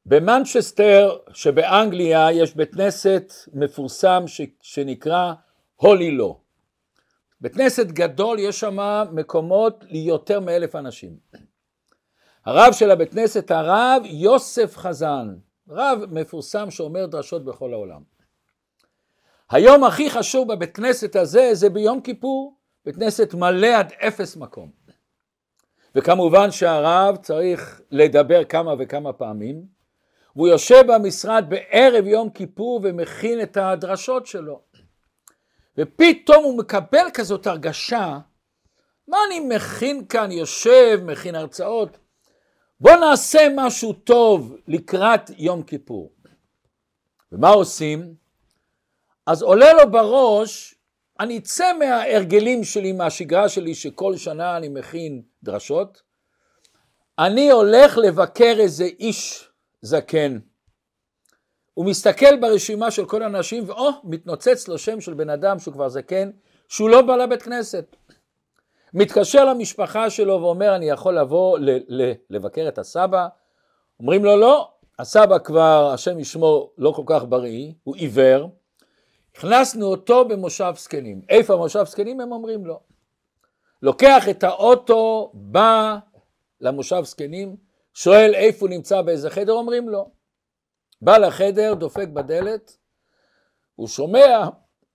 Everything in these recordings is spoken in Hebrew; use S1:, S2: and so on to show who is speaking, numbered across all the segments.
S1: במנצ'סטר שבאנגליה יש בית כנסת מפורסם שנקרא הולי לו. בית כנסת גדול, יש שם מקומות ליותר מ1,000 אנשים. הרב של הבית כנסת, הרב יוסף חזן, רב מפורסם שאומר דרשות בכל העולם. היום הכי חשוב בבית כנסת הזה זה ביום כיפור, בית כנסת מלא עד 0 מקום. וכמובן שהרב צריך לדבר כמה וכמה פעמים, והוא יושב במשרד בערב יום כיפור ומכין את הדרשות שלו. ופתאום הוא מקבל כזאת הרגשה, מה אני מכין כאן, יושב, מכין הרצאות, בוא נעשה משהו טוב לקראת יום כיפור. ומה עושים? אז עולה לו בראש, אני אצא מההרגלים שלי, מהשגרה שלי, שכל שנה אני מכין דרשות, אני הולך לבקר איזה איש זקן. הוא מסתכל ברשימה של כל האנשים, מתנוצץ לו שם של בן אדם שהוא כבר זקן, שהוא לא בא לבית כנסת. מתקשר למשפחה שלו ואומר, אני יכול לבוא לבקר את הסבא? אומרים לו, לא, הסבא כבר, השם ישמו, לא כל כך בריא, הוא עיוור. הכנסנו אותו במושב זקנים. איפה מושב זקנים? הם אומרים לו. לוקח את האוטו, בא למושב זקנים, שואל איפה הוא נמצא, באיזה חדר, אומרים לו. בא לחדר, דופק בדלת, הוא שומע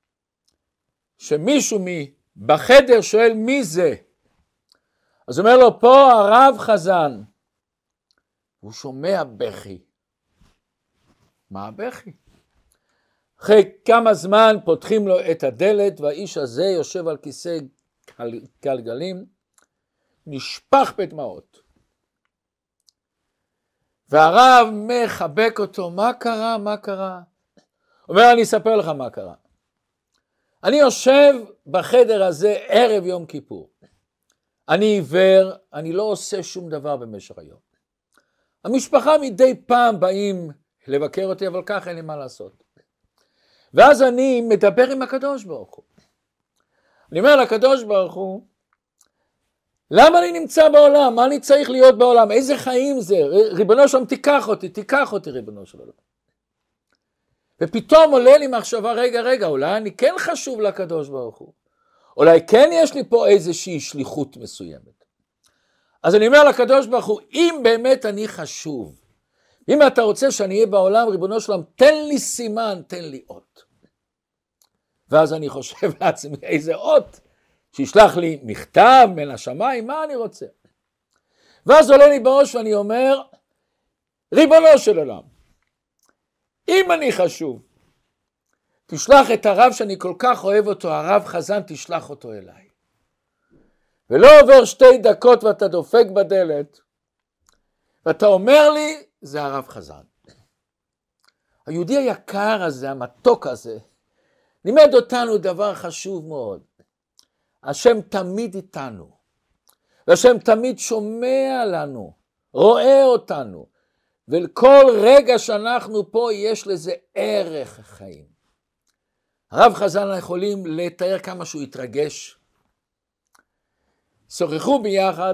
S1: שמישהו בחדר שואל מי זה. אז אומר לו, פה הרב חזן. הוא שומע בכי. מה הבכי? אחרי כמה זמן פותחים לו את הדלת, והאיש הזה יושב על כיסא גלגלים, נשפך בדמעות. והרב מחבק אותו, מה קרה, מה קרה? אומר, אני אספר לך מה קרה. אני יושב בחדר הזה ערב יום כיפור. אני עיוור, אני לא עושה שום דבר במשך היום. המשפחה מדי פעם באים לבקר אותי, אבל כך אין לי מה לעשות. ואז אני מדבר עם הקדוש ברוך הוא. אני אומר לקדוש ברוך הוא, למה אני נמצא בעולם? מה אני צריך להיות בעולם? איזה חיים זה? ריבונו שלום, תיקח אותי ריבונו שלום. ופתאום עולה לי מחשבה, רגע, אולי אני כן חשוב לקדוש ברוך הוא. אולי כן יש לי פה איזושהי שליחות מסוימת. אז אני אומר לקדוש ברוך הוא, אם באמת אני חשוב, אם אתה רוצה שאני אהיה בעולם, ריבונו שלום, תן לי סימן, תן לי אות. ואז אני חושב לעצמי, איזה אות? שישלח לי מכתב מן השמיים, מה אני רוצה? ואז עולה לי בראש ואני אומר, ריבונו של עולם, אם אני חשוב, תשלח את הרב שאני כל כך אוהב אותו, הרב חזן, תשלח אותו אליי. ולא עובר 2 דקות ואתה דופק בדלת, ואתה אומר לי, זה הרב חזן. היהודי היקר הזה, המתוק הזה, לימד אותנו דבר חשוב מאוד. השם תמיד איתנו, והשם תמיד שומע לנו, רואה אותנו, ולכל רגע שאנחנו פה יש לזה ערך חיים. הרב חזן יכולים לתאר כמה שהוא התרגש. שוחחו ביחד,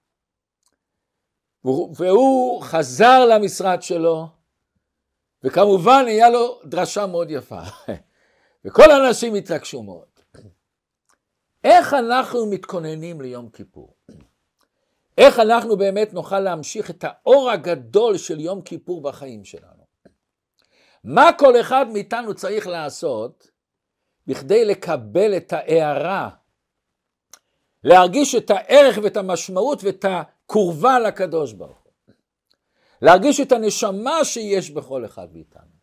S1: והוא חזר למשרד שלו, וכמובן היה לו דרשה מאוד יפה, וכל האנשים התרגשו מאוד. איך אנחנו מתכוננים ליום כיפור? איך אנחנו באמת נוכל להמשיך את האור הגדול של יום כיפור בחיים שלנו? מה כל אחד מאיתנו צריך לעשות בכדי לקבל את ההערה, להרגיש את הערך ואת המשמעות ואת הקורבה לקדוש ברוך הוא, להרגיש את הנשמה שיש בכל אחד מאיתנו.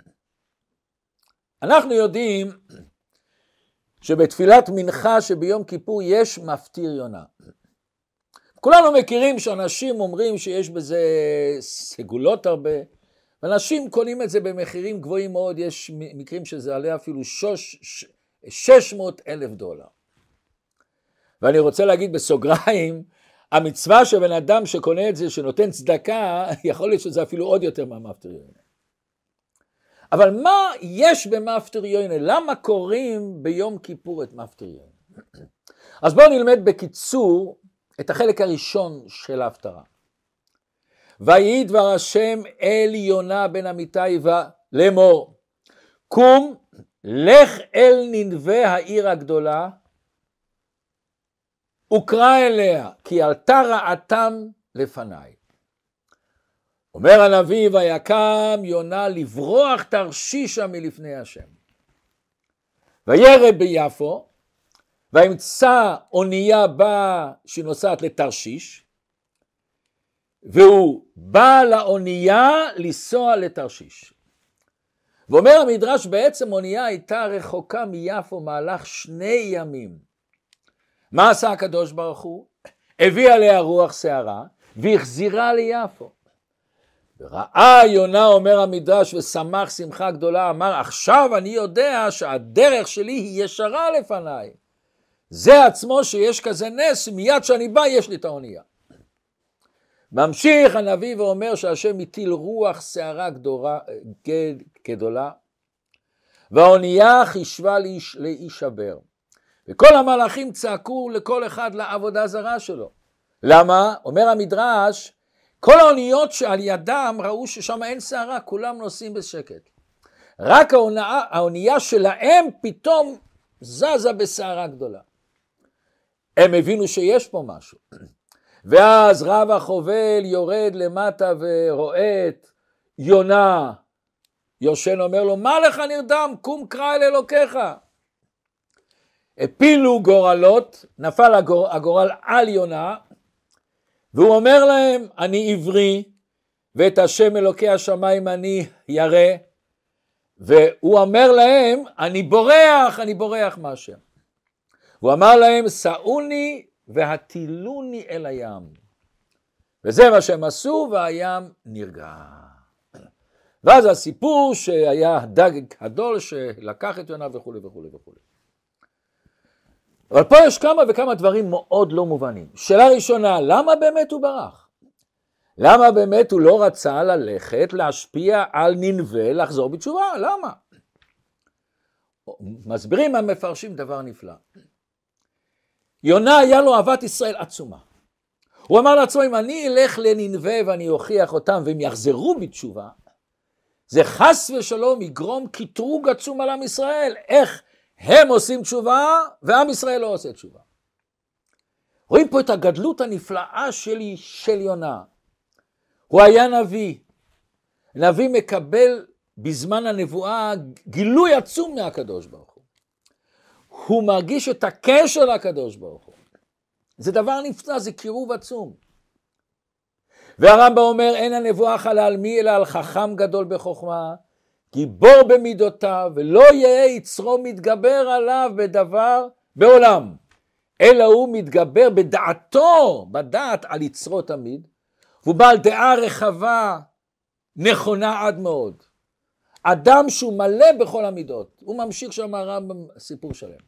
S1: אנחנו יודעים שבתפילת מנחה שביום כיפור יש מפטיר יונה. כולנו מכירים שאנשים אומרים שיש בזה סגולות הרבה, ואנשים קונים את זה במחירים גבוהים מאוד, יש מקרים שזה עלה אפילו $600,000. ואני רוצה להגיד בסוגריים, המצווה של בן אדם שקונה את זה, שנותן צדקה, יכול להיות שזה אפילו עוד יותר מהמפטיר יונה. אבל מה יש במפטיר יונה? למה קוראים ביום כיפור את מפטיר יונה? אז בואו נלמד בקיצור את החלק הראשון של ההפטרה. ויהי דבר השם אל יונה בן אמיתי לאמור, קום לך אל נינווה העיר הגדולה, וקרא אליה, כי עלתה רעתם לפניי. אומר הנביא, ויקם יונה לברוח תרשישה מלפני השם. וירד ביפו, וימצא אונייה בה שנוסעת לתרשיש, והוא בא לאונייה לנסוע לתרשיש. ואומר המדרש, בעצם אונייה הייתה רחוקה מיפו מהלך 2 ימים. מה עשה הקדוש ברוך הוא? הביא עליה רוח שערה, והחזירה ליפו. וראה יונה, אומר המדרש, ושמח שמחה גדולה, אמר, עכשיו אני יודע שהדרך שלי היא ישרה לפניי. זה עצמו שיש כזה נס, מיד שאני בא יש לי את האונייה. ממשיך הנביא ואומר שהשם הטיל רוח שערה גדולה, והאונייה חישבה להישבר. וכל המלאכים צעקו לכל אחד לעבודה זרה שלו. למה? אומר המדרש, כל האוניות שעל ידם ראו ששם אין שערה, כולם נוסעים בשקט. רק האונייה שלהם פתאום זזה בשערה גדולה. הם הבינו שיש פה משהו. ואז רב החובל יורד למטה ורואה את יונה. יושן אומר לו, מה לך נרדם? קום קרא אל אלוקיך. הפילו גורלות, נפל הגורל על יונה, והוא אומר להם, אני עברי, ואת השם אלוקי השמיים אני ירא, והוא אומר להם, אני בורח מהשם. הוא אמר להם, סעוני והטילוני אל הים. וזה מה שהם עשו, והים נרגע. ואז הסיפור שהיה דג גדול שלקח את יונה וכו' וכו' וכו'. אבל פה יש כמה וכמה דברים מאוד לא מובנים. שאלה ראשונה, למה באמת הוא ברח? למה באמת הוא לא רצה ללכת להשפיע על נינווה, לחזור בתשובה? למה? מסבירים המפרשים דבר נפלא. יונה היה לו אהבת ישראל עצומה. הוא אמר לעצמו, אם אני אלך לנינווה ואני אוכיח אותם והם יחזרו בתשובה, זה חס ושלום יגרום קטרוג עצום על עם ישראל. איך הם עושים תשובה ועם ישראל לא עושה תשובה. רואים פה את הגדלות הנפלאה של יונה. הוא היה נביא. נביא מקבל בזמן הנבואה גילוי עצום מהקדוש ברוך הוא. הוא מרגיש את הקשר לקדוש ברוך הוא. זה דבר נפלא, זה קירוב עצום. והרמב"ם אומר, אין הנבואה חלה על מי אלא על חכם גדול בחוכמה, גיבור במידותיו, ולא יהיה יצרו מתגבר עליו בדבר בעולם, אלא הוא מתגבר בדעתו, בדעת על יצרו תמיד, והוא בעל דעה רחבה, נכונה עד מאוד. אדם שהוא מלא בכל המידות, הוא ממשיך שם הרמב"ם סיפור שלם.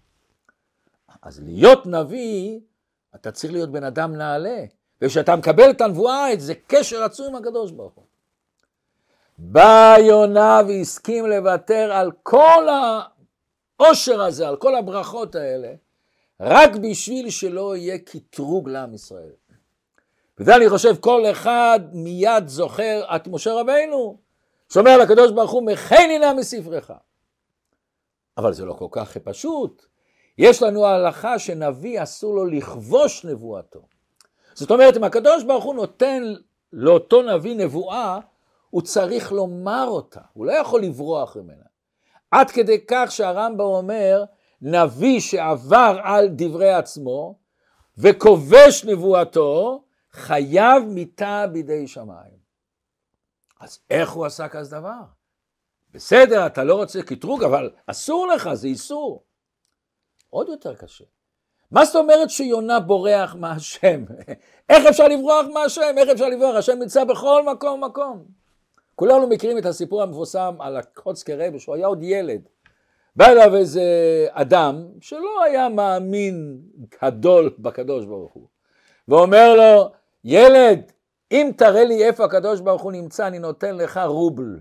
S1: אז להיות נביא, אתה צריך להיות בן אדם נעלה, וכשאתה מקבל את הנבואה, זה קשר עצום עם הקדוש ברוך הוא. בא יונה והסכים לוותר על כל העושר הזה, על כל הברכות האלה, רק בשביל שלא יהיה קטרוג לעם ישראל. וזה אני חושב כל אחד מיד זוכר את משה רבינו, שאומר לקדוש ברוך הוא, מכני נא מספרך. אבל זה לא כל כך פשוט. יש לנו ההלכה שנביא אסור לו לכבוש נבואתו. זאת אומרת, אם הקדוש ברוך הוא נותן לאותו נביא נבואה, הוא צריך לומר אותה, הוא לא יכול לברוח ממנה. עד כדי כך שהרמב"ם אומר, נביא שעבר על דברי עצמו, וכובש נבואתו, חייב מיתה בידי שמיים. אז איך הוא עשה כזה דבר? בסדר, אתה לא רוצה קטרוג, אבל אסור לך, זה איסור. עוד יותר קשה. מה זאת אומרת שיונה בורח מהשם? איך אפשר לברוח מהשם? איך אפשר לברוח? השם נמצא בכל מקום מקום. כולנו מכירים את הסיפור המפורסם על הקוצקי רבי, שהוא היה עוד ילד. בא אליו איזה אדם שלא היה מאמין גדול בקדוש ברוך הוא. ואומר לו, ילד, אם תראה לי איפה הקדוש ברוך הוא נמצא, אני נותן לך רובל.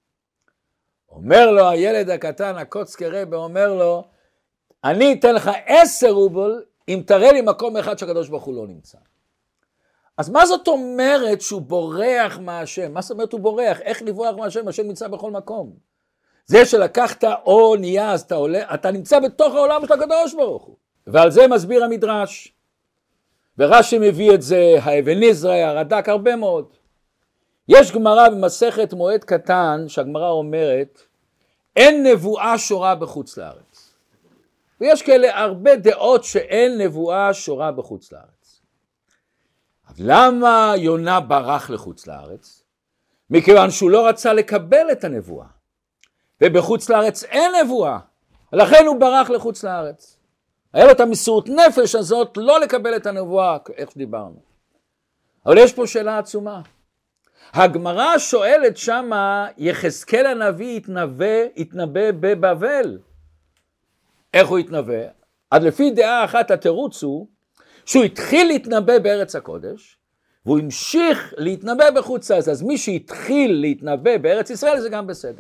S1: אומר לו הילד הקטן, הקוצקי רבי, אומר לו, אני אתן לך 10 רובל, אם תראה לי מקום אחד שהקדוש ברוך הוא לא נמצא. אז מה זאת אומרת שהוא בורח מהשם? מה זאת אומרת הוא בורח? איך לברוח מהשם? השם נמצא בכל מקום. זה שלקחת אונייה, אז אתה עולה, אתה נמצא בתוך העולם של הקדוש ברוך הוא. ועל זה מסביר המדרש. ורש"י מביא את זה, האבן עזרא, הרד"ק, הרבה מאוד. יש גמרא במסכת מועד קטן, שהגמרא אומרת, אין נבואה שורה בחוץ לארץ. ויש כאלה הרבה דעות שאין נבואה שורה בחוץ לארץ. אז למה יונה ברח לחוץ לארץ? מכיוון שהוא לא רצה לקבל את הנבואה. ובחוץ לארץ אין נבואה. לכן הוא ברח לחוץ לארץ. היה לו את המסירות נפש הזאת לא לקבל את הנבואה, איך שדיברנו. אבל יש פה שאלה עצומה. הגמרא שואלת שמה, יחזקאל הנביא התנבא בבבל. איך הוא התנבא? עד לפי דעה אחת התירוץ הוא, שהוא התחיל להתנבא בארץ הקודש, והוא המשיך להתנבא בחוץ לארץ. אז מי שהתחיל להתנבא בארץ ישראל זה גם בסדר.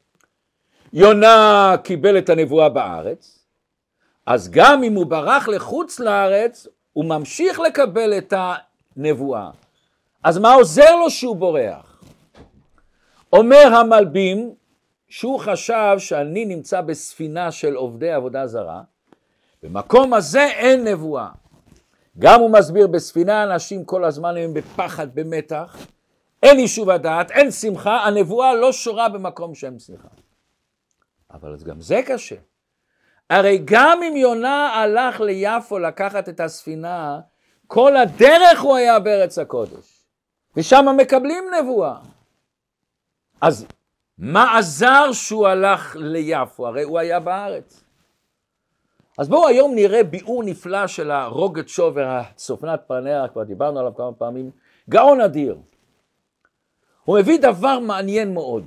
S1: יונה קיבל את הנבואה בארץ, אז גם אם הוא ברח לחוץ לארץ, הוא ממשיך לקבל את הנבואה. אז מה עוזר לו שהוא בורח? אומר המלבים שהוא חשב שאני נמצא בספינה של עובדי עבודה זרה, במקום הזה אין נבואה. גם הוא מסביר בספינה אנשים כל הזמן הם בפחד, במתח, אין יישוב הדעת, אין שמחה, הנבואה לא שורה במקום שאין שמחה. אבל אז גם זה קשה. הרי גם אם יונה הלך ליפו לקחת את הספינה, כל הדרך הוא היה בארץ הקודש. ושם מקבלים נבואה. אז מה עזר שהוא הלך ליפו? הרי הוא היה בארץ. אז בואו היום נראה ביאור נפלא של הרוגת שובר, הצופנת פרניה, כבר דיברנו עליו כמה פעמים, גאון אדיר. הוא מביא דבר מעניין מאוד.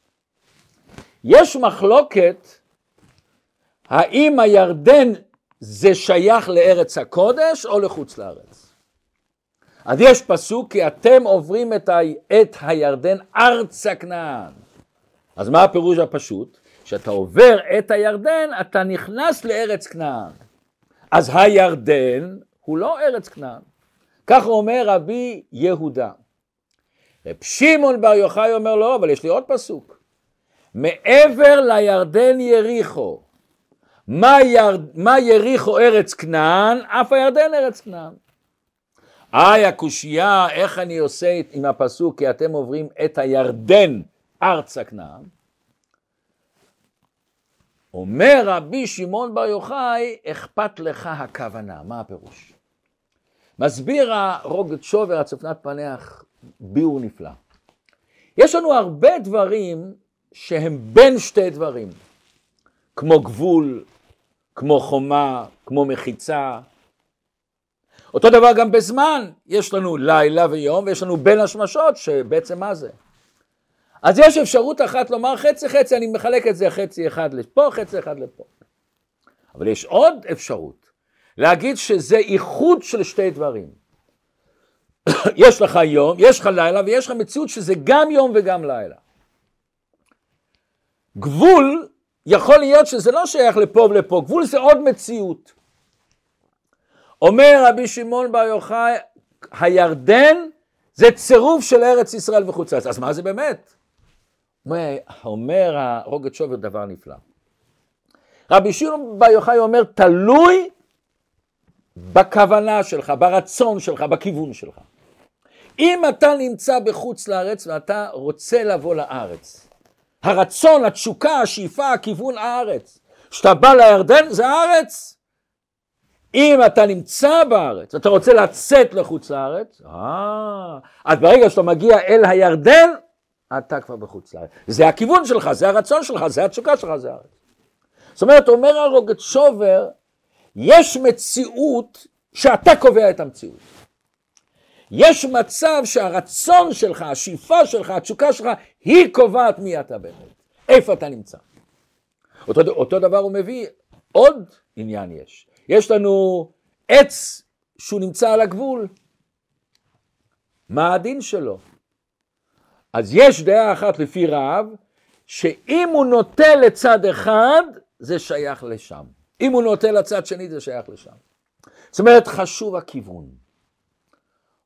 S1: יש מחלוקת, האם הירדן זה שייך לארץ הקודש או לחוץ לארץ. אז יש פסוק, כי אתם עוברים את הירדן ארצה כנען. אז מה הפירוש הפשוט? שאתה עובר את הירדן, אתה נכנס לארץ כנען. אז הירדן הוא לא ארץ כנען. כך אומר רבי יהודה. רב שמעון בר יוחאי אומר לו, אבל יש לי עוד פסוק. מעבר לירדן יריחו. מה יריחו ארץ כנען? אף הירדן ארץ כנען. הקושייה, איך אני עושה עם הפסוק, כי אתם עוברים את הירדן ארצה כנען. אומר רבי שמעון בר יוחאי, אכפת לך הכוונה. מה הפירוש? מסביר הרוגת שובר, הצופנת פניה, ביאור נפלא. יש לנו הרבה דברים שהם בין שתי דברים, כמו גבול, כמו חומה, כמו מחיצה. אותו דבר גם בזמן, יש לנו לילה ויום, ויש לנו בין השמשות, שבעצם מה זה? אז יש אפשרות אחת לומר חצי חצי, אני מחלק את זה חצי אחד לפה, חצי אחד לפה. אבל יש עוד אפשרות, להגיד שזה איחוד של שתי דברים. יש לך יום, יש לך לילה, ויש לך מציאות שזה גם יום וגם לילה. גבול יכול להיות שזה לא שייך לפה ולפה, גבול זה עוד מציאות. אומר רבי שמעון בר יוחאי, הירדן זה צירוף של ארץ ישראל וחוץ לארץ. אז מה זה באמת? אומר הרוגת שובר דבר נפלא. רבי שמעון בר יוחאי אומר, תלוי בכוונה שלך, ברצון שלך, בכיוון שלך. אם אתה נמצא בחוץ לארץ ואתה רוצה לבוא לארץ, הרצון, התשוקה, השאיפה, הכיוון הארץ, שאתה בא לירדן זה הארץ. אם אתה נמצא בארץ, אתה רוצה לצאת לחוץ לארץ, אז ברגע שאתה מגיע אל הירדן, אתה כבר בחוץ לארץ. זה הכיוון שלך, זה הרצון שלך, זה התשוקה שלך, זה הארץ. זאת אומרת, אומר הרוגת שובר, יש מציאות שאתה קובע את המציאות. יש מצב שהרצון שלך, השאיפה שלך, התשוקה שלך, היא קובעת מי אתה באמת. איפה אתה נמצא. אותו דבר הוא מביא, עוד עניין יש. יש לנו עץ שהוא נמצא על הגבול. מה הדין שלו? אז יש דעה אחת לפי רב, שאם הוא נוטה לצד אחד, זה שייך לשם. אם הוא נוטה לצד שני, זה שייך לשם. זאת אומרת, חשוב הכיוון.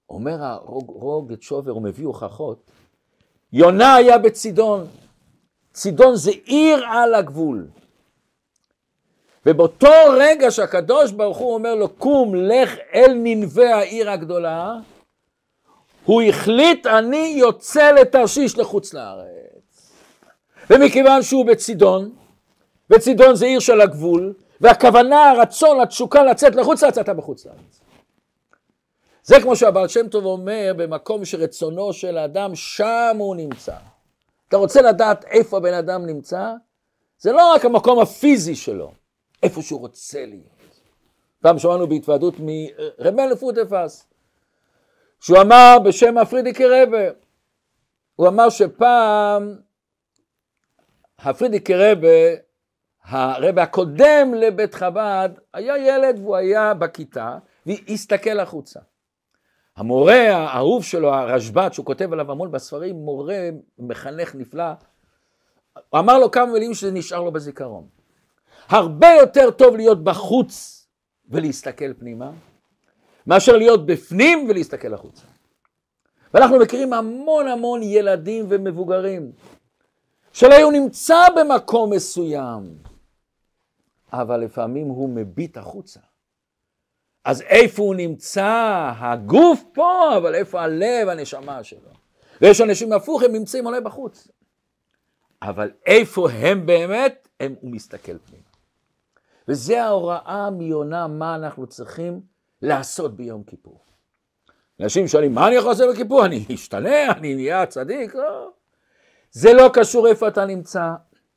S1: אומר הרוג שובר, הוא מביא הוכחות, יונה היה בצידון, צידון זה עיר על הגבול, ובאותו רגע שהקדוש ברוך הוא אומר לו, קום לך אל ננבה העיר הגדולה, הוא החליט, אני יוצא לתרשיש לחוץ לארץ. ומכיוון שהוא בצידון, וצידון זה עיר של הגבול, והכוונה, הרצון, התשוקה לצאת לחוץ לארץ, אתה בחוץ לארץ. זה כמו שהבעל שם טוב אומר, במקום שרצונו של האדם, שם הוא נמצא. אתה רוצה לדעת איפה הבן אדם נמצא? זה לא רק המקום הפיזי שלו, איפה שהוא רוצה להיות. פעם שמענו בהתוועדות מרמל פוטפס, שהוא אמר בשם הפרידיקי רבה, הוא אמר שפעם הפרידיקי רבה, הרבה הקודם לבית חב"ד, היה ילד והוא היה בכיתה, והסתכל החוצה. המורה האהוב שלו, הרשב"ט, שהוא כותב עליו המון בספרים, מורה מחנך נפלא, הוא אמר לו כמה מילים שזה נשאר לו בזיכרון. הרבה יותר טוב להיות בחוץ ולהסתכל פנימה, מאשר להיות בפנים ולהסתכל החוצה. ואנחנו מכירים המון ילדים ומבוגרים, שלא הוא נמצא במקום מסוים, אבל לפעמים הוא מביט החוצה. אז איפה הוא נמצא? הגוף פה, אבל איפה הלב, הנשמה שלו? ויש אנשים הפוך, הם נמצאים עולה בחוץ. אבל איפה הם באמת? הוא מסתכל פנימה. וזה ההוראה מיונה מה אנחנו צריכים לעשות ביום כיפור. אנשים שואלים, מה אני יכול לעשות בכיפור? אני אשתנה, אני נהיה צדיק? לא. זה לא קשור איפה אתה נמצא.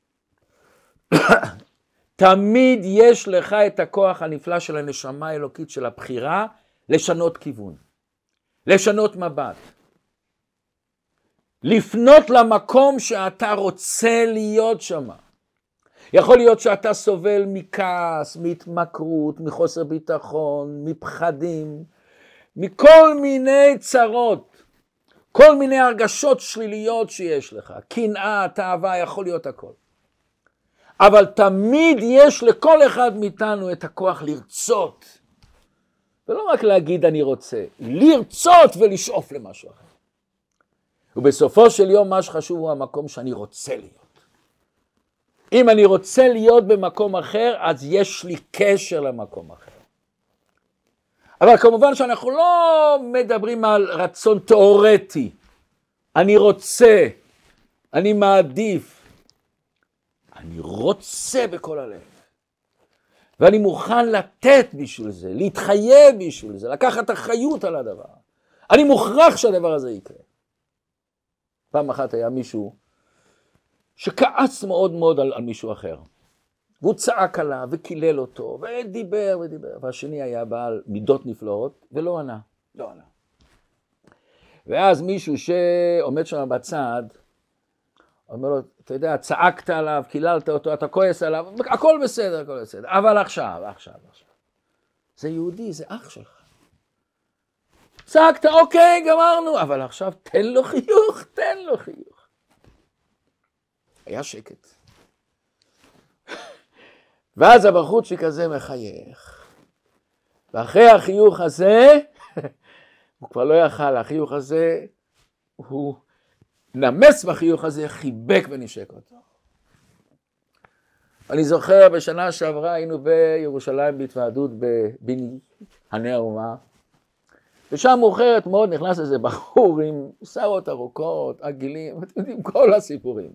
S1: תמיד יש לך את הכוח הנפלא של הנשמה האלוקית של הבחירה, לשנות כיוון, לשנות מבט. לפנות למקום שאתה רוצה להיות שם. יכול להיות שאתה סובל מכעס, מהתמכרות, מחוסר ביטחון, מפחדים, מכל מיני צרות, כל מיני הרגשות שליליות שיש לך, קנאה, תאווה, יכול להיות הכל. אבל תמיד יש לכל אחד מאיתנו את הכוח לרצות, ולא רק להגיד אני רוצה, לרצות ולשאוף למשהו אחר. ובסופו של יום מה שחשוב הוא המקום שאני רוצה להיות. אם אני רוצה להיות במקום אחר, אז יש לי קשר למקום אחר. אבל כמובן שאנחנו לא מדברים על רצון תיאורטי. אני רוצה, אני מעדיף. אני רוצה בכל הלב. ואני מוכן לתת בשביל זה, להתחייב בשביל זה, לקחת אחריות על הדבר. אני מוכרח שהדבר הזה יקרה. פעם אחת היה מישהו שכעס מאוד על מישהו אחר. והוא צעק עליו וקילל אותו ודיבר. והשני היה בעל מידות נפלאות ולא ענה. ואז מישהו שעומד שם בצד, אומר לו, אתה יודע, צעקת עליו, קיללת אותו, אתה כועס עליו, הכל בסדר. אבל עכשיו. זה יהודי, זה אח שלך. צעקת, אוקיי, גמרנו, אבל עכשיו תן לו חיוך. היה שקט. ואז הבחורצ'יק כזה מחייך. ואחרי החיוך הזה, הוא כבר לא יכל, החיוך הזה, הוא נמס בחיוך הזה, חיבק ונשק אותו. אני זוכר בשנה שעברה היינו בירושלים בהתוועדות בבני האומה, ושם מאוחרת מאוד נכנס איזה בחור עם שערות ארוכות, עגילים, אתם יודעים, כל הסיפורים.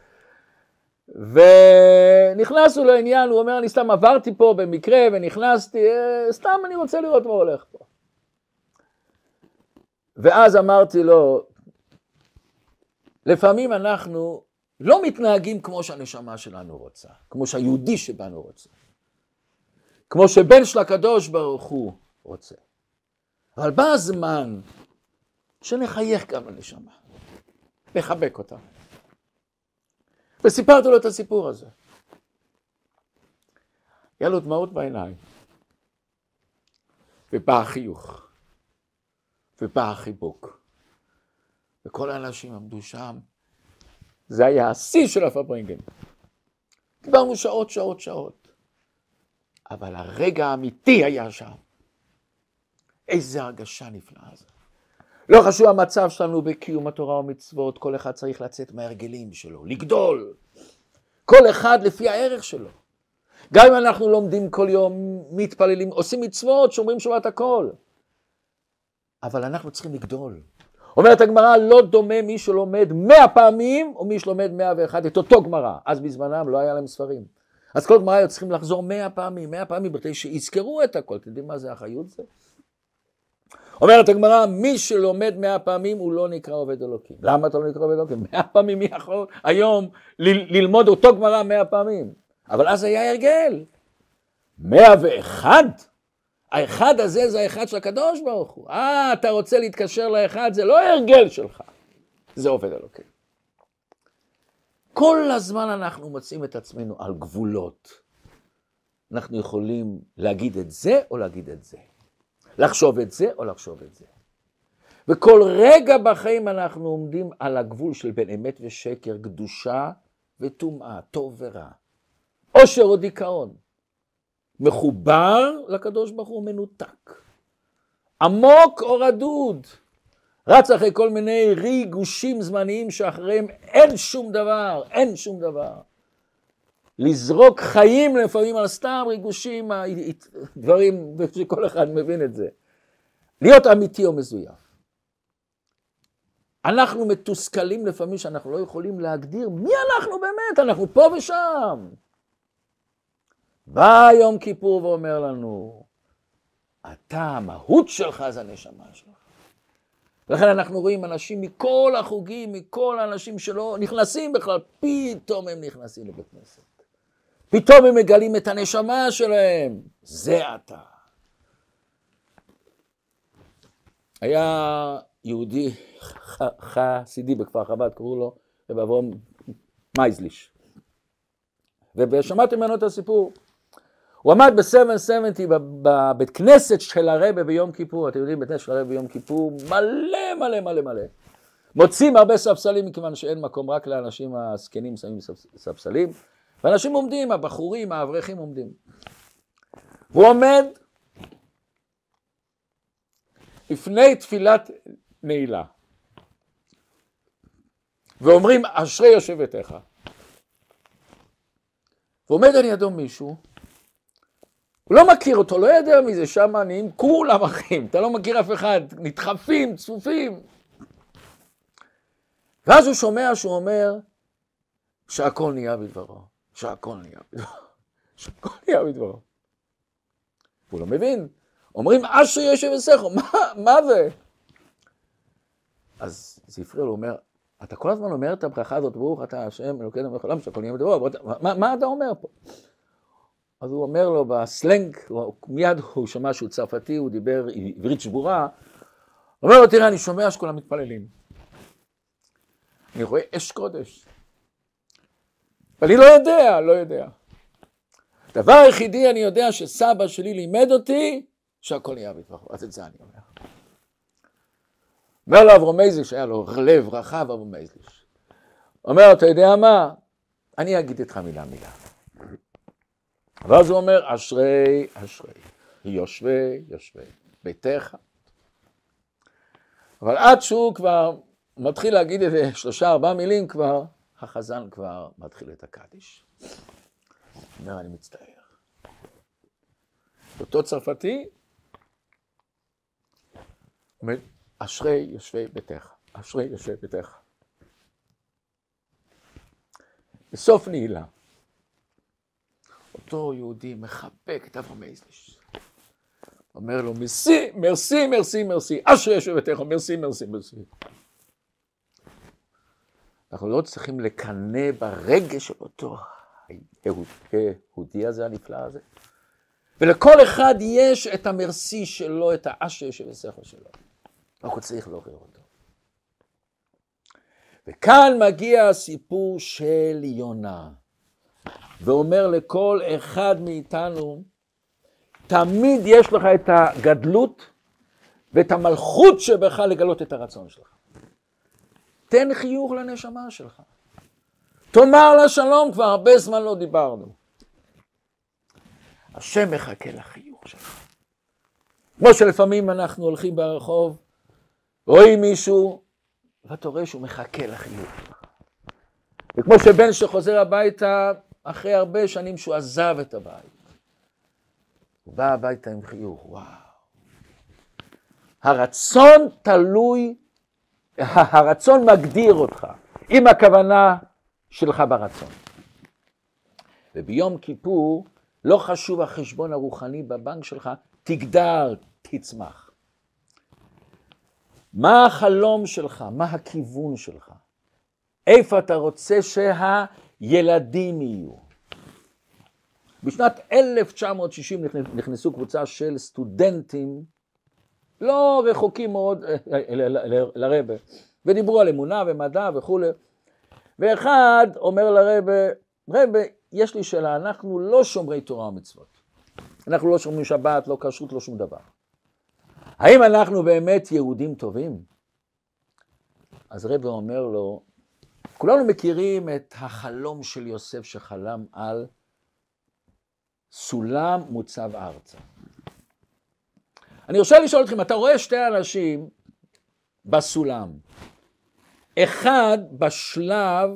S1: ונכנסנו לעניין, הוא אומר, אני סתם עברתי פה במקרה ונכנסתי, סתם אני רוצה לראות מה הולך פה. ואז אמרתי לו, לפעמים אנחנו לא מתנהגים כמו שהנשמה שלנו רוצה, כמו שהיהודי שבנו רוצה, כמו שבן של הקדוש ברוך הוא רוצה. אבל בא הזמן שנחייך גם לנשמה, לחבק אותה. וסיפרתי לו את הסיפור הזה. היה לו דמעות בעיניים. ובא החיוך. ובא החיבוק. וכל האנשים עמדו שם. זה היה השיא של הפברינגן. דיברנו שעות. אבל הרגע האמיתי היה שם. איזה הרגשה נפלאה זה. לא חשוב המצב שלנו בקיום התורה ומצוות, כל אחד צריך לצאת מההרגלים שלו, לגדול. כל אחד לפי הערך שלו. גם אם אנחנו לומדים כל יום, מתפללים, עושים מצוות, שומרים שבת הכל. אבל אנחנו צריכים לגדול. אומרת הגמרא, לא דומה מי שלומד 100 פעמים, או מי שלומד 101, את אותו גמרא. אז בזמנם לא היה להם ספרים. אז כל גמרא היו צריכים לחזור 100 פעמים, בכדי שיזכרו את הכל. אתם יודעים מה זה החיות זה? אומרת הגמרא, מי שלומד 100 פעמים הוא לא נקרא עובד אלוקים. למה אתה לא נקרא עובד אלוקים? 100 פעמים מי יכול היום ללמוד אותו גמרא 100 פעמים. אבל אז היה הרגל. 101. האחד הזה זה האחד של הקדוש ברוך הוא. אתה רוצה להתקשר לאחד, זה לא הרגל שלך. זה עובד אלוקים. כל הזמן אנחנו מוצאים את עצמנו על גבולות. אנחנו יכולים להגיד את זה או להגיד את זה. לחשוב את זה או לחשוב את זה. וכל רגע בחיים אנחנו עומדים על הגבול של בין אמת ושקר, קדושה וטומאה, טוב ורע. עושר או דיכאון. מחובר לקדוש ברוך הוא, מנותק. עמוק או רדוד. רץ אחרי כל מיני ריגושים זמניים שאחריהם אין שום דבר, אין שום דבר. לזרוק חיים לפעמים על סתם ריגושים, דברים שכל אחד מבין את זה. להיות אמיתי או מזויף. אנחנו מתוסכלים לפעמים שאנחנו לא יכולים להגדיר מי אנחנו באמת, אנחנו פה ושם. בא יום כיפור ואומר לנו, אתה, המהות שלך זה הנשמה שלך. ולכן אנחנו רואים אנשים מכל החוגים, מכל האנשים שלא נכנסים בכלל, פתאום הם נכנסים לבית כנסת. פתאום הם מגלים את הנשמה שלהם. זה אתה. היה יהודי חסידי בכפר חב"ד, קראו לו רב אברהם מייזליש. ושמעתי ממנו את הסיפור. הוא עמד ב-770 בבית כנסת של הרבי ביום כיפור. אתם יודעים, בית כנסת של הרבי ביום כיפור מלא מלא מלא מלא. מוצאים הרבה ספסלים מכיוון שאין מקום, רק לאנשים הזקנים שמים ספסלים. ואנשים עומדים, הבחורים, האברכים עומדים. הוא עומד לפני תפילת נעילה. ואומרים, אשרי יושבתך. ועומד על ידו מישהו, הוא לא מכיר אותו, לא יודע מי זה, שם נהיים כולם אחים, אתה לא מכיר אף אחד, נדחפים, צפופים. ואז הוא שומע שהוא אומר, שהכל נהיה בדברו, שהכל נהיה בדברו, שהכל נהיה בדברו. הוא לא מבין, אומרים, אשרי יושבתך, מה זה? אז זה הפריע לו, הוא אומר, אתה כל הזמן אומר את הברכה הזאת, ברוך אתה השם אלוקינו מלך העולם, שהכל נהיה בדברו, מה אתה אומר פה? אז הוא אומר לו בסלנג, מיד הוא שמע שהוא צרפתי, הוא דיבר עברית שבורה, הוא אומר לו, תראה, אני שומע שכולם מתפללים. אני רואה אש קודש. ואני לא יודע. דבר היחידי אני יודע שסבא שלי לימד אותי, שהכל נהיה בדברו. אז את זה אני אומר. אומר לו אברהם מייזליש, היה לו לב רחב אברהם מייזליש. אומר לו, אתה יודע מה? אני אגיד איתך מילה. ואז הוא אומר, אשרי, יושבי ביתך. אבל עד שהוא כבר מתחיל להגיד איזה 3-4 מילים כבר, החזן כבר מתחיל את הקדיש. הוא אומר, אני מצטער. אותו צרפתי, אומר, אשרי יושבי ביתך. בסוף נעילה. אותו יהודי מחבק את אברהם מייזליש. אומר לו, מרסי, אשרי יושבתך, מרסי. אנחנו לא צריכים לקנא ברגש של אותו היהודי הזה, הנפלא הזה. ולכל אחד יש את המרסי שלו, את האשרי שבשכל שלו. רק צריך לעורר אותו. וכאן מגיע הסיפור של יונה. ואומר לכל אחד מאיתנו, תמיד יש לך את הגדלות ואת המלכות שבך לגלות את הרצון שלך. תן חיוך לנשמה שלך. תאמר לה שלום, כבר הרבה זמן לא דיברנו. השם מחכה לחיוך שלך. כמו שלפעמים אנחנו הולכים ברחוב, רואים מישהו, ואתה רואה שהוא מחכה לחיוך. וכמו שבן שחוזר הביתה, אחרי הרבה שנים שהוא עזב את הבית. הוא בא הביתה עם חיוך, וואו. הרצון תלוי, הרצון מגדיר אותך, עם הכוונה שלך ברצון. וביום כיפור, לא חשוב החשבון הרוחני בבנק שלך, תגדל, תצמח. מה החלום שלך? מה הכיוון שלך? איפה אתה רוצה שהילדים יהיו? בשנת 1960 נכנסו קבוצה של סטודנטים, לא רחוקים מאוד לרבא, ודיברו על אמונה ומדע וכו'. ואחד אומר לרבא, רבא, יש לי שאלה, אנחנו לא שומרי תורה ומצוות. אנחנו לא שומרים שבת, לא כשרות, לא שום דבר. האם אנחנו באמת יהודים טובים? אז רבא אומר לו, כולנו מכירים את החלום של יוסף שחלם על סולם מוצב ארצה. אני רוצה לשאול אתכם, אתה רואה שתי אנשים בסולם, אחד בשלב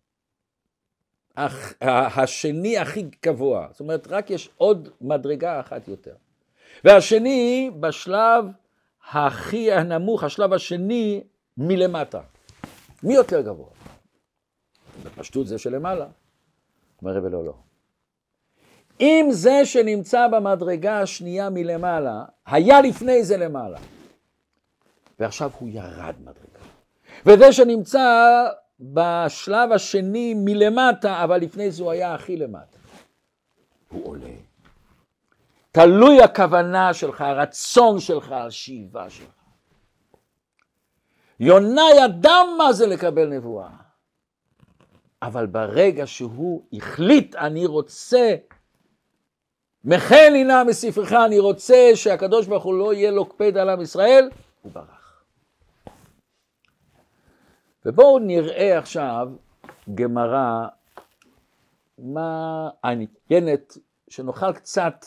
S1: השני הכי גבוה, זאת אומרת רק יש עוד מדרגה אחת יותר, והשני בשלב הכי הנמוך, השלב השני מלמטה. מי יותר גבוה? בפשטות זה שלמעלה. אומר רבי לא. אם זה שנמצא במדרגה השנייה מלמעלה, היה לפני זה למעלה, ועכשיו הוא ירד מדרגה. וזה שנמצא בשלב השני מלמטה, אבל לפני זה הוא היה הכי למטה, הוא עולה. תלוי הכוונה שלך, הרצון שלך, השאיבה שלך. יונה ידע מה זה לקבל נבואה. אבל ברגע שהוא החליט, אני רוצה, מכן הנה מספרך, אני רוצה שהקדוש ברוך הוא לא יהיה לו קפד על עם ישראל, הוא ברח. ובואו נראה עכשיו גמרא, מה העניינת, שנוכל קצת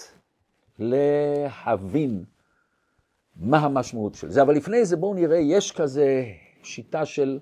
S1: להבין מה המשמעות של זה. אבל לפני זה בואו נראה, יש כזה שיטה של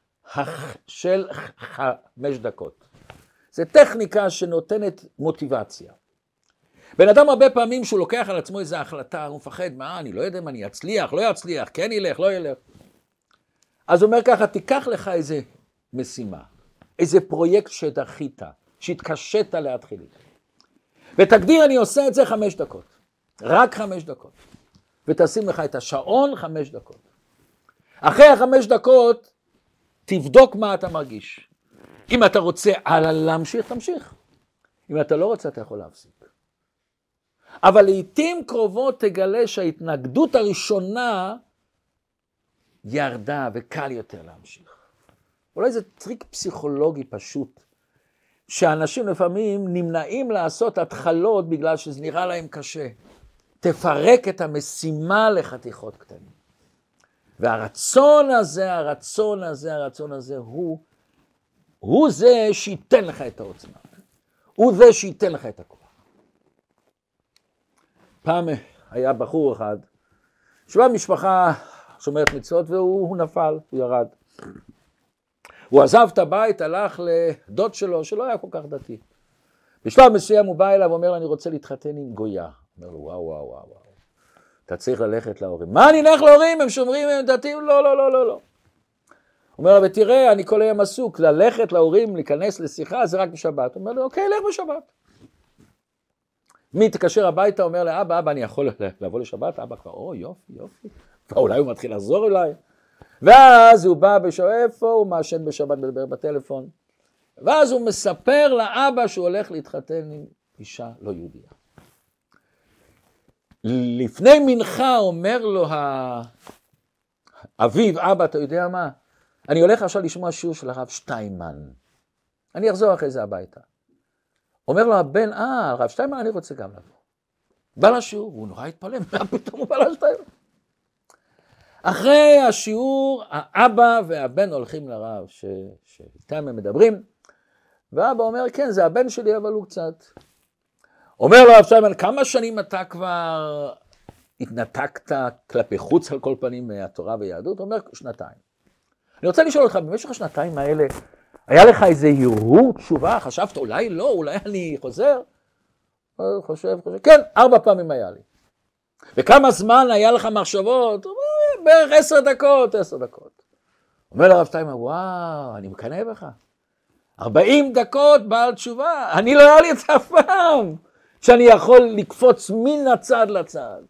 S1: 5 דקות. זה טכניקה שנותנת מוטיבציה. בן אדם הרבה פעמים שהוא לוקח על עצמו איזו החלטה, הוא מפחד, מה, אני לא יודע אם אני אצליח, לא יצליח, כן ילך, לא ילך. אז הוא אומר ככה, תיקח לך איזה משימה, איזה פרויקט שדחית, שהתקשית להתחיל. ותגדיר, אני עושה את זה 5 דקות. רק 5 דקות. ותשים לך את השעון 5 דקות. אחרי 5 דקות, תבדוק מה אתה מרגיש. אם אתה רוצה להמשיך, תמשיך. אם אתה לא רוצה, אתה יכול להפסיק. אבל לעתים קרובות תגלה שההתנגדות הראשונה ירדה וקל יותר להמשיך. אולי זה טריק פסיכולוגי פשוט, שאנשים לפעמים נמנעים לעשות התחלות בגלל שזה נראה להם קשה. תפרק את המשימה לחתיכות קטנים. והרצון הזה, הוא זה שייתן לך את העוצמה. הוא זה שייתן לך את הכוח. פעם היה בחור אחד, שבא משפחה שומרת מצוות, והוא נפל, הוא ירד. הוא עזב את הבית, הלך לדוד שלו, שלא היה כל כך דתי. בשלב מסוים הוא בא אליו ואומר, אני רוצה להתחתן עם גויה. אומר לו, וואו. אתה צריך ללכת להורים. מה אני אלך להורים? הם שומרים, הם דתיים? לא. אומר לו, ותראה, אני כל היום עסוק, ללכת להורים, להיכנס לשיחה, זה רק בשבת. אומר לו, אוקיי, לך בשבת. מי תקשר הביתה, אומר לאבא, אני יכול לבוא לשבת? אבא כבר, יופי. ואולי הוא מתחיל לחזור אליי. ואז הוא בא בשואף, הוא מעשן בשבת, מדבר בטלפון. ואז הוא מספר לאבא שהוא הולך להתחתן עם אישה לא יהודיה. לפני מנחה אומר לו אביו, אבא, אתה יודע מה? אני הולך עכשיו לשמוע שיעור של הרב שטיינמן. אני אחזור אחרי זה הביתה. אומר לו הבן, הרב שטיינמן, אני רוצה גם לבוא. בא לשיעור, הוא נורא התפלא, מה פתאום הוא בא לשטיינמן? אחרי השיעור, האבא והבן הולכים לרב, שאיתם הם מדברים, והאבא אומר, כן, זה הבן שלי, אבל הוא קצת. אומר לו הרב שטיינמן, כמה שנים אתה כבר התנתקת כלפי חוץ על כל פנים מהתורה ויהדות? הוא אומר 2. אני רוצה לשאול אותך, במשך השנתיים האלה, היה לך איזה הרהור תשובה? חשבת אולי לא, אולי אני חוזר? חושב, כן, 4 פעמים היה לי. וכמה זמן היה לך מחשבות? בערך 10 דקות. אומר לרב שטיינמן, וואו, אני מקנא בך. 40 דקות בעל תשובה, אני לא היה לי את זה אף פעם, שאני יכול לקפוץ מן הצד לצד.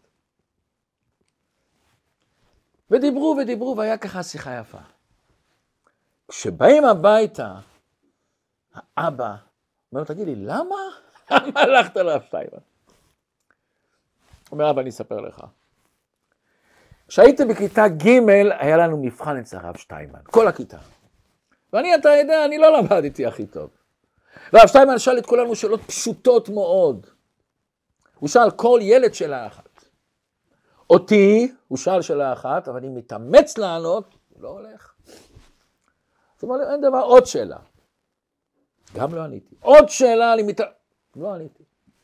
S1: ודיברו, והיה ככה שיחה יפה. כשבאים הביתה, האבא אומר, תגיד לי, למה הלכת לרב שטיינמן? אומר, אבא, אני אספר לך. כשהייתי בכיתה ג' היה לנו מבחן אצל הרב שטיינמן, כל הכיתה. ואני, אתה יודע, אני לא למדתי הכי טוב. והרב שטיינמן שאל את כולנו שאלות פשוטות מאוד. הוא שאל כל ילד שאלה אחת. אותי, הוא שאל שאלה אחת, אבל אני מתאמץ לענות, הוא לא הולך. זאת אומרת, אין דבר, עוד שאלה. גם לא עניתי. עוד שאלה, לא עניתי.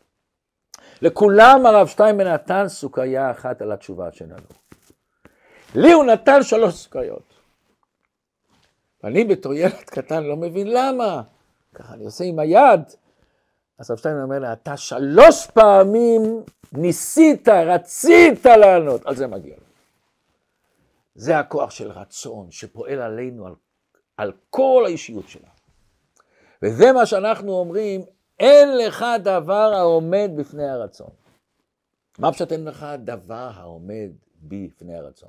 S1: לכולם הרב שטיינמן נתן סוכריה אחת על התשובה שלנו. לי הוא נתן 3 סוכריות. ואני בתור ילד קטן לא מבין למה. ככה אני עושה עם היד. אז הרב שטיינמן אומר לה, אתה 3 פעמים ניסית, רצית לענות. על זה מגיע לו. זה הכוח של רצון שפועל עלינו על כל האישיות שלה. וזה מה שאנחנו אומרים, אין לך דבר העומד בפני הרצון. מה פשוט אין לך דבר העומד בפני הרצון?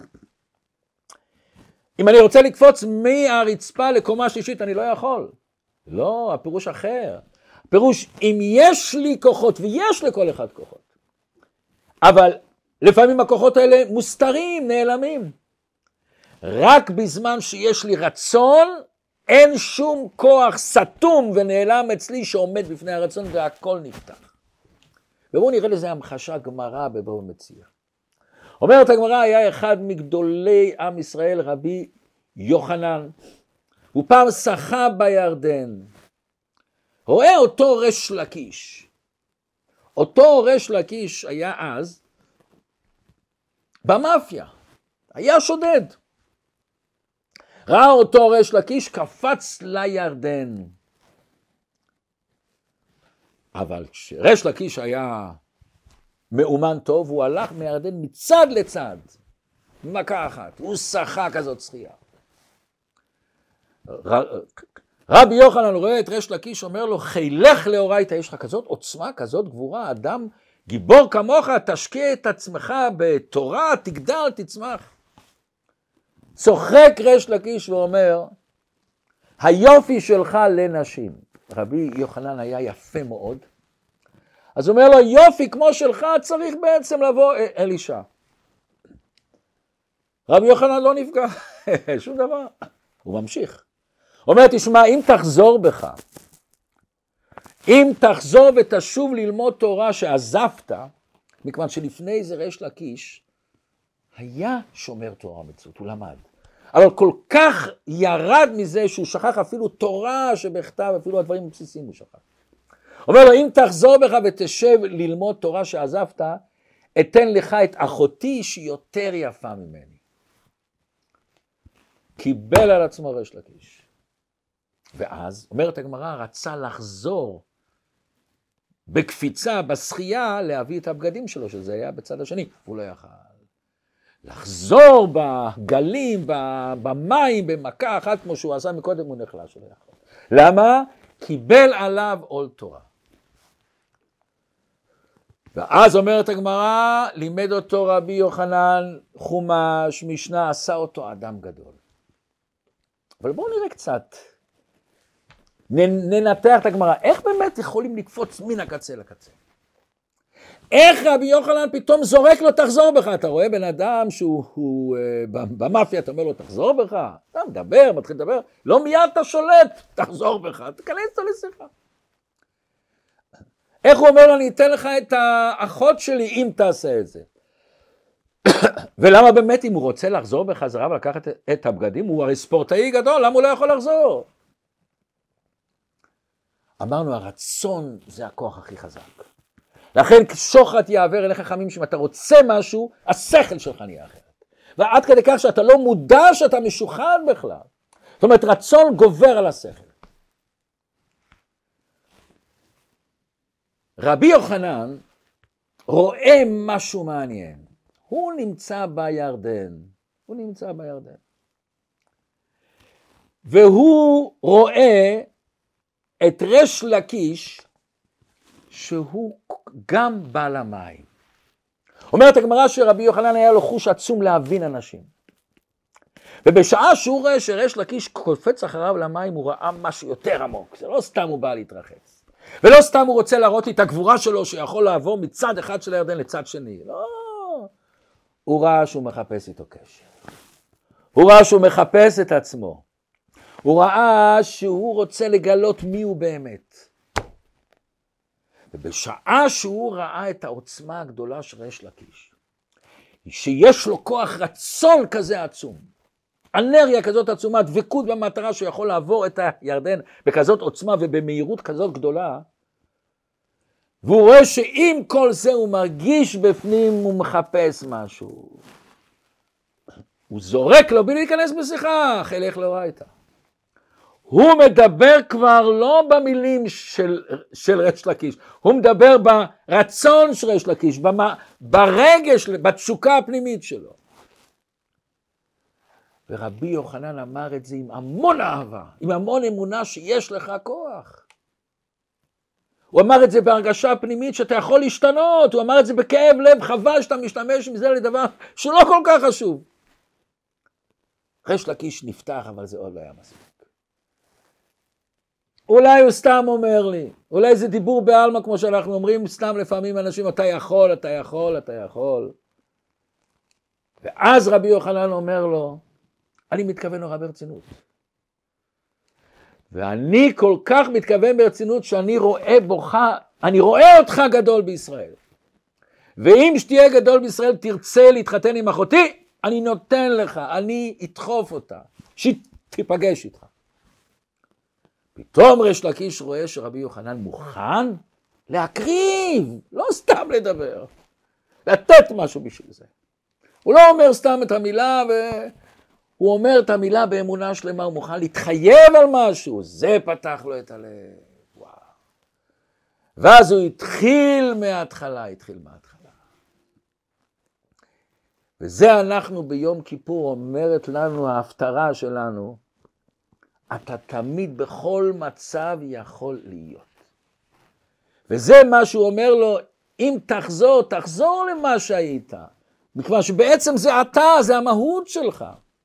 S1: אם אני רוצה לקפוץ מהרצפה לקומה שלישית, אני לא יכול. לא, הפירוש אחר. הפירוש, אם יש לי כוחות, ויש לכל אחד כוחות, אבל לפעמים הכוחות האלה מוסתרים, נעלמים. רק בזמן שיש לי רצון, אין שום כוח סתום ונעלם אצלי שעומד בפני הרצון, והכל נפתח. ובואו נראה לזה המחשה גמרא בבבא מציעא. אומרת הגמרא, היה אחד מגדולי עם ישראל, רבי יוחנן, הוא פעם שחה בירדן, רואה אותו ריש לקיש. אותו ריש לקיש היה אז במאפיה, היה שודד. ראה אותו ריש לקיש, קפץ לירדן. אבל כשריש לקיש היה מאומן טוב, הוא הלך מירדן מצד לצד, מכה אחת, הוא שחה כזאת שחייה. רבי יוחנן רואה את ריש לקיש, אומר לו, חילך לאורייתא, יש לך כזאת עוצמה, כזאת גבורה, אדם גיבור כמוך, תשקיע את עצמך בתורה, תגדל, תצמח. צוחק ריש לקיש ואומר, היופי שלך לנשים. רבי יוחנן היה יפה מאוד, אז הוא אומר לו, יופי כמו שלך צריך בעצם לבוא אל אישה. רבי יוחנן לא נפגע, שום דבר. הוא ממשיך. הוא אומר, תשמע, אם תחזור ותשוב ללמוד תורה שעזבת, מכיוון שלפני זה ריש לקיש, היה שומר תורה מצוות, הוא למד. אבל כל כך ירד מזה שהוא שכח אפילו תורה שבכתב, אפילו הדברים הבסיסיים הוא שכח. אומר לו, אם תחזור בך ותשב ללמוד תורה שעזבת, אתן לך את אחותי שהיא יותר יפה ממני. קיבל על עצמו ריש לקיש. ואז, אומרת הגמרא, רצה לחזור בקפיצה, בשחייה, להביא את הבגדים שלו, שזה היה בצד השני. הוא לא יכל. לחזור בגלים, במים, במכה אחת, כמו שהוא עשה מקודם, הוא נחלש, הוא לא יכול. למה? קיבל עליו עול תורה. ואז אומרת הגמרא, לימד אותו רבי יוחנן, חומש, משנה, עשה אותו אדם גדול. אבל בואו נראה קצת, ננתח את הגמרא, איך באמת יכולים לקפוץ מן הקצה לקצה? איך רבי יוחנן פתאום זורק לו, תחזור בך? אתה רואה בן אדם שהוא במאפיה, אתה אומר לו, תחזור בך? אתה מדבר, מתחיל לדבר, לא מיד אתה שולט, תחזור בך, תכנס אותו לשיחה. איך הוא אומר לו, אני אתן לך את האחות שלי אם תעשה את זה. ולמה באמת אם הוא רוצה לחזור בחזרה ולקחת את הבגדים, הוא הרי ספורטאי גדול, למה הוא לא יכול לחזור? אמרנו, הרצון זה הכוח הכי חזק. לכן שוחד יעבר אליך חכמים, שאם אתה רוצה משהו, השכל שלך נהיה אחרת. ועד כדי כך שאתה לא מודע שאתה משוחד בכלל. זאת אומרת, רצון גובר על השכל. רבי יוחנן רואה משהו מעניין. הוא נמצא בירדן. והוא רואה את ריש לקיש, שהוא גם בעל המים. אומרת הגמרא שרבי יוחנן היה לו חוש עצום להבין אנשים. ובשעה שהוא רואה שריש לקיש קופץ אחריו למים, הוא ראה משהו יותר עמוק. זה לא סתם הוא בא להתרחץ. ולא סתם הוא רוצה להראות את הגבורה שלו, שיכול לעבור מצד אחד של הירדן לצד שני. לא. הוא ראה שהוא מחפש איתו קשר. הוא ראה שהוא מחפש את עצמו. הוא ראה שהוא רוצה לגלות מי הוא באמת. ובשעה שהוא ראה את העוצמה הגדולה של ריש לקיש, שיש לו כוח רצון כזה עצום, אנרגיה כזאת עצומה, דבקות במטרה שיכול לעבור את הירדן בכזאת עוצמה ובמהירות כזאת גדולה, והוא רואה שעם כל זה הוא מרגיש בפנים, הוא מחפש משהו. הוא זורק לו בלי להיכנס בשיחה, חילך לאורייתא. הוא מדבר כבר לא במילים של ריש לקיש, הוא מדבר ברצון של ריש לקיש, ברגש, בתשוקה הפנימית שלו. ורבי יוחנן אמר את זה עם המון אהבה, עם המון אמונה שיש לך כוח. הוא אמר את זה בהרגשה פנימית שאתה יכול להשתנות, הוא אמר את זה בכאב לב, חבל שאתה משתמש עם זה לדבר שלא כל כך חשוב. ריש לקיש נפתח, אבל זה עוד לא היה מספיק. אולי הוא סתם אומר לי, אולי זה דיבור בעלמא כמו שאנחנו אומרים, סתם לפעמים אנשים, אתה יכול. ואז רבי יוחנן אומר לו, אני מתכוון נורא ברצינות. ואני כל כך מתכוון ברצינות שאני רואה בך, אני רואה אותך גדול בישראל. ואם שתהיה גדול בישראל תרצה להתחתן עם אחותי, אני נותן לך, אני אדחוף אותה, שתיפגש איתך. פתאום ריש לקיש רואה שרבי יוחנן מוכן להקריב, לא סתם לדבר, לתת משהו בשביל זה. הוא לא אומר סתם את המילה, הוא אומר את המילה באמונה שלמה, הוא מוכן להתחייב על משהו, זה פתח לו את הלב. וואו. ואז הוא התחיל מההתחלה. וזה אנחנו ביום כיפור, אומרת לנו ההפטרה שלנו, אתה תמיד בכל מצב יכול להיות. וזה מה שהוא אומר לו, אם תחזור למה שהיית. מכיוון שבעצם זה אתה, זה המהות שלך.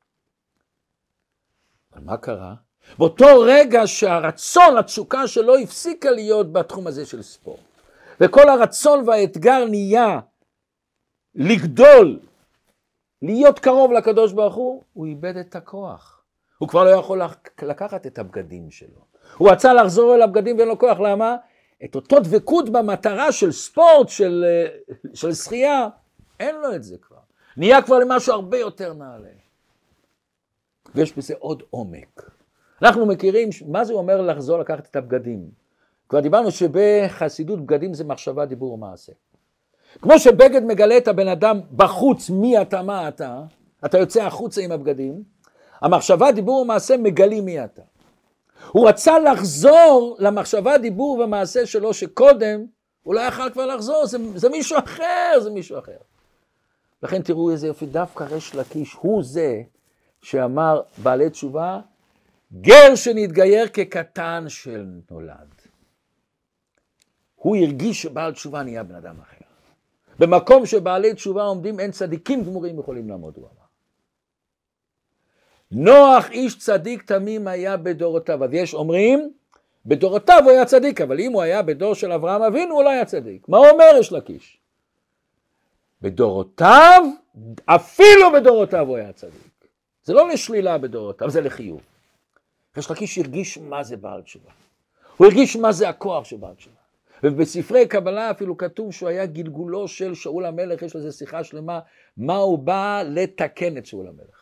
S1: אבל מה קרה? באותו רגע שהרצון, התשוקה שלו הפסיקה להיות בתחום הזה של ספורט. וכל הרצון והאתגר נהיה לגדול, להיות קרוב לקדוש ברוך הוא איבד את הכוח. הוא כבר לא יכול לקחת את הבגדים שלו. הוא רצה לחזור אל הבגדים ואין לו כוח. למה? את אותו דבקות במטרה של ספורט, של שחייה, אין לו את זה כבר. נהיה כבר למשהו הרבה יותר נעלה. ויש בזה עוד עומק. אנחנו מכירים, מה זה אומר לחזור לקחת את הבגדים? כבר דיברנו שבחסידות בגדים זה מחשבה, דיבור ומעשה. כמו שבגד מגלה את הבן אדם בחוץ, מי אתה, מה אתה, אתה יוצא החוצה עם הבגדים, המחשבה, דיבור ומעשה מגלים מי אתה. הוא רצה לחזור למחשבה, דיבור ומעשה שלו, שקודם הוא לא יכל כבר לחזור, זה מישהו אחר, לכן תראו איזה יופי, דווקא ריש לקיש הוא זה שאמר בעלי תשובה, גר שנתגייר כקטן של נולד. הוא הרגיש שבעל תשובה נהיה בן אדם אחר. במקום שבעלי תשובה עומדים, אין צדיקים גמורים יכולים לעמוד, הוא אמר. נוח איש צדיק תמים היה בדורותיו. אז יש אומרים, בדורותיו הוא היה צדיק, אבל אם הוא היה בדור של אברהם אבינו, הוא לא היה צדיק. מה אומר ריש לקיש? בדורותיו, אפילו בדורותיו הוא היה צדיק. זה לא לשלילה בדורותיו, זה לחיוב. ריש לקיש הרגיש מה זה בעל תשובה. הוא הרגיש מה זה הכוח של בעל תשובה. ובספרי קבלה אפילו כתוב שהוא היה גלגולו של שאול המלך, יש לזה שיחה שלמה, מה הוא בא לתקן את שאול המלך.